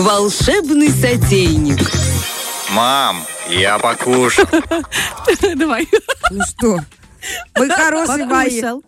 Волшебный сотейник. Мам, я покушал. Давай. Ну что, вы хорошие мои. Покушал.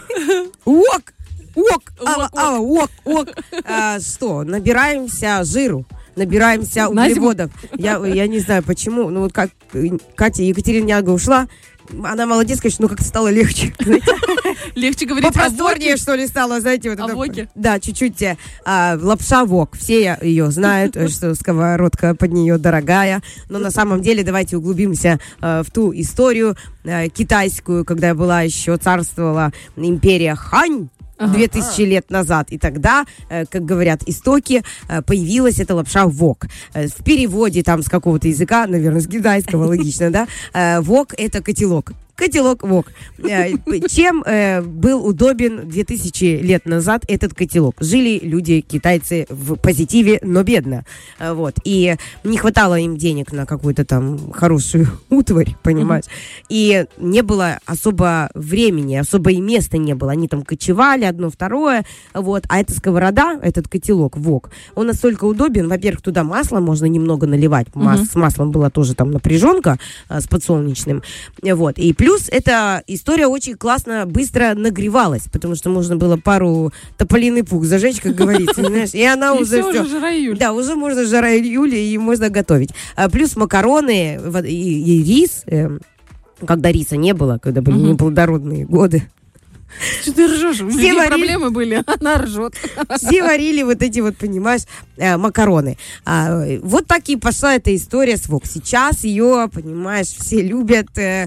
Ок. Что, набираемся жиру. Набираемся углеводов. Я не знаю почему. Ну вот как Катя Екатериняга ушла, она молодец, конечно, но как-то стало легче. Легче говорить о Попросторнее, воке. что ли, стало, знаете. Вот О это, воке? Да, чуть-чуть. Лапша вок. Все ее знают, что сковородка под нее дорогая. Но на самом деле давайте углубимся в ту историю китайскую, когда была еще царствовала империя Хань. 2000 лет назад. И тогда, как говорят истоки, появилась эта лапша вок. В переводе там с какого-то языка, наверное, с китайского, логично, да? Вок — это котелок. Котелок вок. Чем был удобен 2000 лет назад этот котелок? Жили люди, китайцы, в позитиве, но бедно. Вот. И не хватало им денег на какую-то там хорошую утварь, понимаешь? И не было особо времени, особо и места не было. Они там кочевали, одно, второе. Вот. А эта сковорода, этот котелок вок, он настолько удобен. Во-первых, туда масло можно немного наливать. С маслом была тоже там напряженка с подсолнечным. Вот. И плюс эта история очень классно, быстро нагревалась, потому что можно было пару тополиный пух зажечь, как говорится, понимаешь? И она уже все. Жара-июль. Да, уже можно жара-июль, и можно готовить. Плюс макароны и рис, когда риса не было, когда были неплодородные годы. Что ты ржешь? У людей проблемы были, она ржет. Все варили вот эти вот, понимаешь, макароны. Вот так и пошла эта история с вок. Сейчас ее, понимаешь, все любят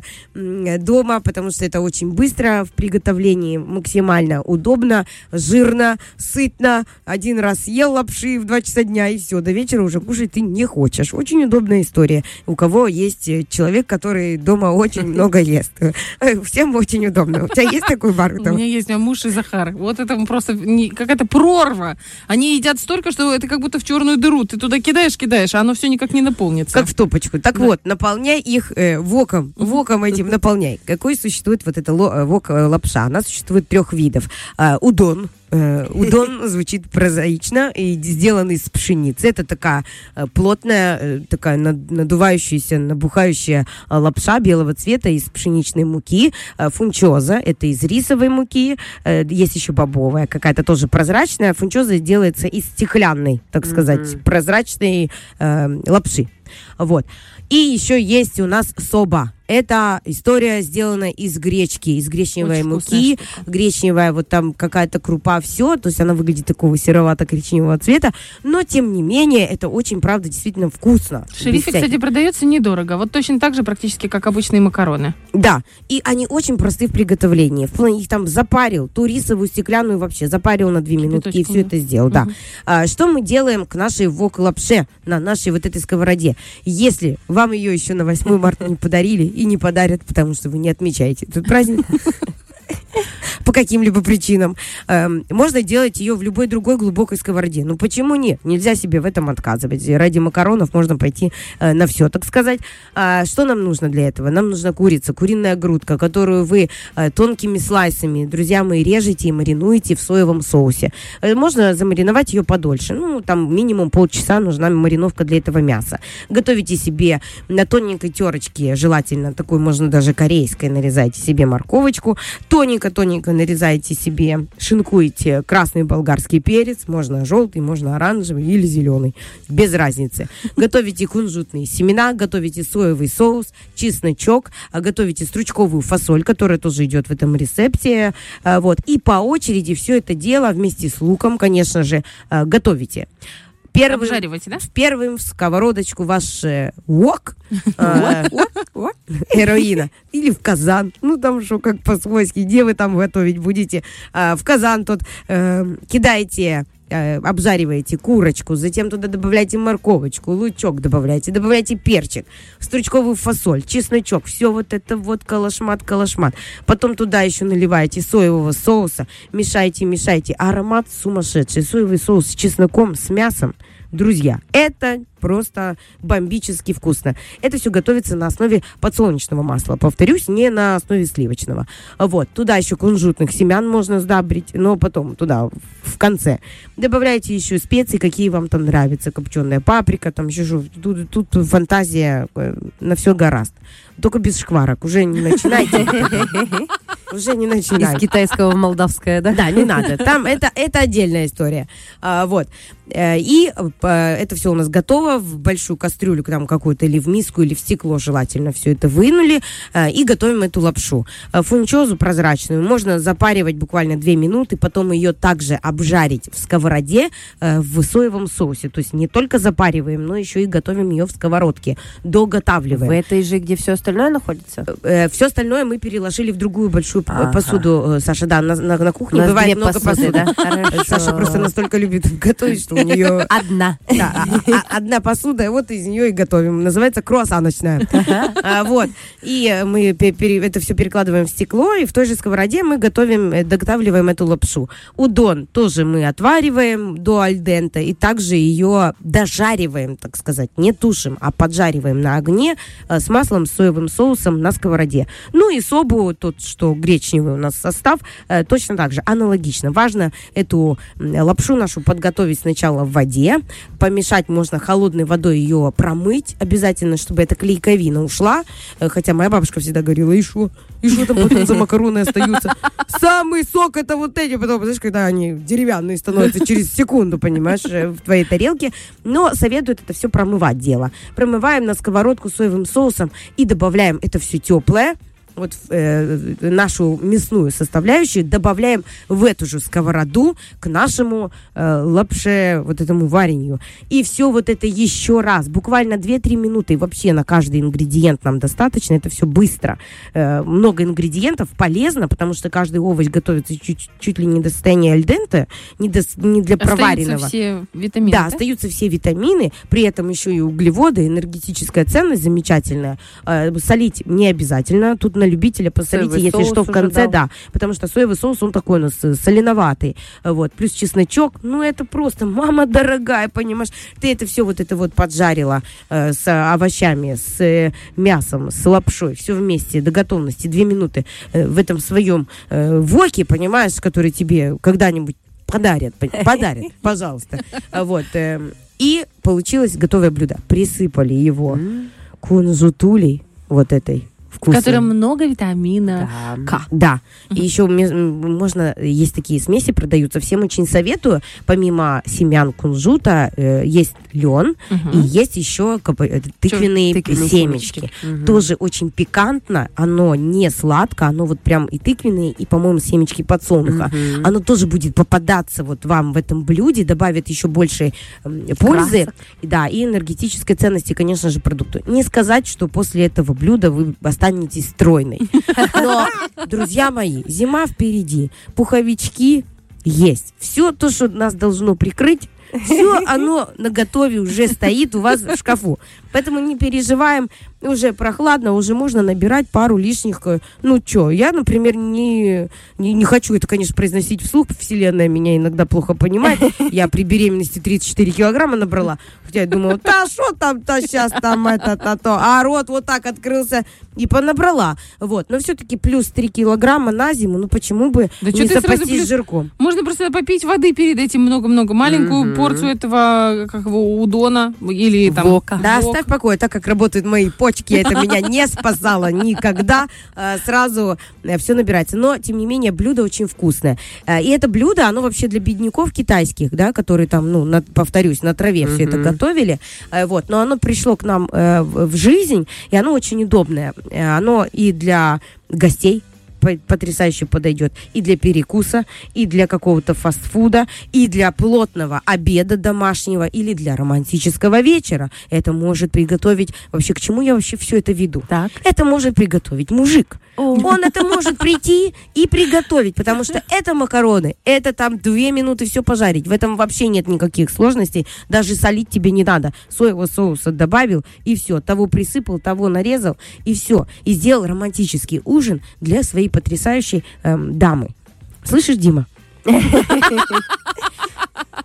дома, потому что это очень быстро в приготовлении, максимально удобно, жирно, сытно. Один раз съел лапши в 2 часа дня, и все, до вечера уже кушать ты не хочешь. Очень удобная история. У кого есть человек, который дома очень много ест. Всем очень удобно. У тебя есть такой бар? У меня есть муж и Захар. Вот это просто какая-то прорва. Они едят столько, что это как будто в черную дыру. Ты туда кидаешь, а оно все никак не наполнится. Как в топочку. Так вот, наполняй их воком. Воком этим наполняй. Какой существует вот эта вок-лапша? Она существует 3 видов. Удон. Удон звучит прозаично и сделан из пшеницы. Это такая плотная, такая надувающаяся, набухающая лапша белого цвета из пшеничной муки. Фунчоза — это из рисовой муки. Есть еще бобовая, какая-то тоже прозрачная. Фунчоза делается из стеклянной, так сказать, прозрачной лапши. Вот. И еще есть у нас соба. Это история сделана из гречки, из гречневой муки. Гречневая, вот там какая-то крупа, все. То есть она выглядит такого серовато-коричневого цвета. Но, тем не менее, это очень, правда, действительно вкусно. В Шерифе, кстати, продается недорого. Вот точно так же практически, как обычные макароны. Да. И они очень просты в приготовлении. Их там запарил, ту рисовую, стеклянную вообще запарил на 2 минутки и все это сделал. Да. Что мы делаем к нашей вок-лапше, на нашей вот этой сковороде? Если вам ее еще на 8 марта не подарили, и не подарят, потому что вы не отмечаете этот праздник по каким-либо причинам. Можно делать ее в любой другой глубокой сковороде. Ну почему нет? Нельзя себе в этом отказывать. Ради макаронов можно пойти на все, так сказать. Что нам нужно для этого? Нам нужна курица, куриная грудка, которую вы тонкими слайсами, друзья мои, режете и маринуете в соевом соусе. Можно замариновать ее подольше. Ну, там минимум полчаса нужна мариновка для этого мяса. Готовите себе на тоненькой терочке, желательно такой, можно даже корейской, нарезайте себе морковочку, тоненько-тоненько нарезаете себе, шинкуете красный болгарский перец, можно желтый, можно оранжевый или зеленый, без разницы. Готовите кунжутные семена, готовите соевый соус, чесночок, готовите стручковую фасоль, которая тоже идет в этом рецепте. Вот. И по очереди все это дело вместе с луком, конечно же, готовите. Обжариваете, да? Первым в сковородочку ваш вок, героина, или в казан, ну там что, как по-свойски, где вы там готовить будете, в казан тот кидаете, обжариваете курочку, затем туда добавляете морковочку, лучок добавляете перчик, стручковую фасоль, чесночок, все вот это вот калашмат. Потом туда еще наливаете соевого соуса, мешаете, аромат сумасшедший, соевый соус с чесноком, с мясом. Друзья, это просто бомбически вкусно. Это все готовится на основе подсолнечного масла. Повторюсь, не на основе сливочного. Вот. Туда еще кунжутных семян можно сдабрить, но потом туда, в конце. Добавляйте еще специи, какие вам там нравятся. Копченая паприка, там еще что. Тут фантазия на все гораст. Только без шкварок. Уже не начинайте. Уже не начинайте. Из китайского в молдавское, да? Да, не надо. Там это отдельная история. Вот. И это все у нас готово в большую кастрюлю, там какую-то или в миску, или в стекло желательно все это вынули и готовим эту лапшу. Фунчозу прозрачную можно запаривать буквально 2 минуты, потом ее также обжарить в сковороде в соевом соусе. То есть не только запариваем, но еще и готовим ее в сковородке, доготавливаем. В этой же, где все остальное находится? Все остальное мы переложили в другую большую посуду, Саша, да, на кухне бывает много посуды. Да? Саша просто настолько любит готовить, что у нее... Одна. Да, одна посуда, вот из нее и готовим. Называется круассаночная. Вот. И мы это все перекладываем в стекло, и в той же сковороде мы доготавливаем эту лапшу. Удон тоже мы отвариваем до альдента, и также ее дожариваем, так сказать, не тушим, а поджариваем на огне с маслом, с соевым соусом на сковороде. Ну и собу, тот, что гречневый у нас состав, точно так же, аналогично. Важно эту лапшу нашу подготовить сначала в воде. Помешать можно холодной водой, ее промыть обязательно, чтобы эта клейковина ушла. Хотя моя бабушка всегда говорила, и что там потом за макароны остаются? Самый сок это вот эти, потом, знаешь, когда они деревянные становятся через секунду, понимаешь, в твоей тарелке. Но советуют это все промывать дело. Промываем на сковородку соевым соусом и добавляем это все теплое. Вот нашу мясную составляющую добавляем в эту же сковороду к нашему лапше, вот этому варенью. И все вот это еще раз, буквально 2-3 минуты. И вообще на каждый ингредиент нам достаточно, это все быстро. Много ингредиентов полезно, потому что каждый овощ готовится чуть ли не до состояния альдента, не для проваренного. Остаются все витамины, да? Остаются все витамины, при этом еще и углеводы, энергетическая ценность замечательная. Солить не обязательно, тут на любителя посолите, соевый если что, в конце, да, потому что соевый соус, он такой у нас соленоватый, вот, плюс чесночок, ну, это просто, мама дорогая, понимаешь, ты это все вот это вот поджарила с овощами, с мясом, с лапшой, все вместе, до готовности, 2 минуты в этом своем воке, понимаешь, который тебе когда-нибудь подарят, пожалуйста, вот, и получилось готовое блюдо, присыпали его кунжутулей, вот этой, в котором много витамина К. Да. И еще можно, есть такие смеси, продаются. Всем очень советую. Помимо семян кунжута есть лен и есть еще тыквенные семечки. Тоже очень пикантно. Оно не сладко, оно вот прям и тыквенные, и, по-моему, семечки подсолнуха. Оно тоже будет попадаться вот вам в этом блюде, добавит еще больше пользы. Да, и энергетической ценности, конечно же, продукту. Не сказать, что после этого блюда вы останетесь стройной. Но, друзья мои, зима впереди, пуховички есть. Все то, что нас должно прикрыть, все оно наготове уже стоит у вас в шкафу. Поэтому не переживаем, уже прохладно, уже можно набирать пару лишних. Ну, что, я, например, не хочу это, конечно, произносить вслух. Вселенная меня иногда плохо понимает. Я при беременности 34 килограмма набрала. Хотя я думала, да что там-то сейчас там это-то-то. А рот вот так открылся и понабрала. Вот. Но все-таки плюс 3 килограмма на зиму. Ну, почему бы не запастись жирком? Можно просто попить воды перед этим много-много. Маленькую порцию этого, как его, удона или там... Вока. Да, оставь в покое. Так как работают мои почки, это меня не спасало никогда. Сразу все набирается. Но, тем не менее, блюдо очень вкусное. И это блюдо, оно вообще для бедняков китайских, да, которые там, ну, повторюсь, на траве все это готовили. Вот. Но оно пришло к нам в жизнь, и оно очень удобное. Оно и для гостей потрясающе подойдет и для перекуса, и для какого-то фастфуда, и для плотного обеда домашнего, или для романтического вечера. Это может приготовить... Вообще, к чему я вообще все это веду? Так. Это может приготовить мужик. Он это может прийти и приготовить, потому что это макароны, это там 2 минуты все пожарить. В этом вообще нет никаких сложностей. Даже солить тебе не надо. Соевого соуса добавил, и все. Того присыпал, того нарезал, и все. И сделал романтический ужин для своей потрясающей дамы. Слышишь, Дима?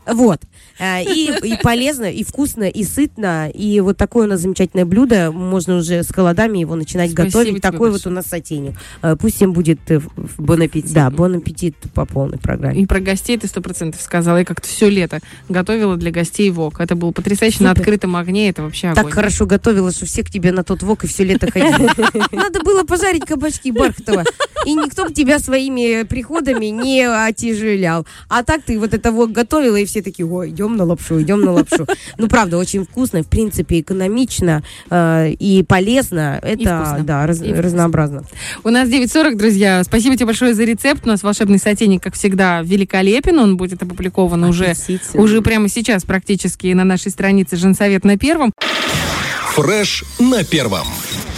Вот. И полезно, и вкусно, и сытно. И вот такое у нас замечательное блюдо. Можно уже с холодами его начинать готовить. Такой вот у нас сотейник. Пусть всем будет... Бон аппетит. Да, бон аппетит по полной программе. И про гостей ты 100% сказала. Я как-то все лето готовила для гостей вок. Это было потрясающе. Супер. На открытом огне. Это вообще огонь. Так хорошо готовила, что все к тебе на тот вок и все лето ходили. Надо было пожарить кабачки Бархатова. И никто бы тебя своими приходами не отяжелял. А так ты вот это вок готовила, и все такие: ой, идем на лапшу, идем на лапшу. Ну, правда, очень вкусно, в принципе, экономично и полезно. Это, вкусно. да, И вкусно. разнообразно. У нас 9:40, друзья. Спасибо тебе большое за рецепт. У нас волшебный сотейник, как всегда, великолепен. Он будет опубликован уже прямо сейчас практически на нашей странице «Женсовет» на Первом. Фреш на Первом.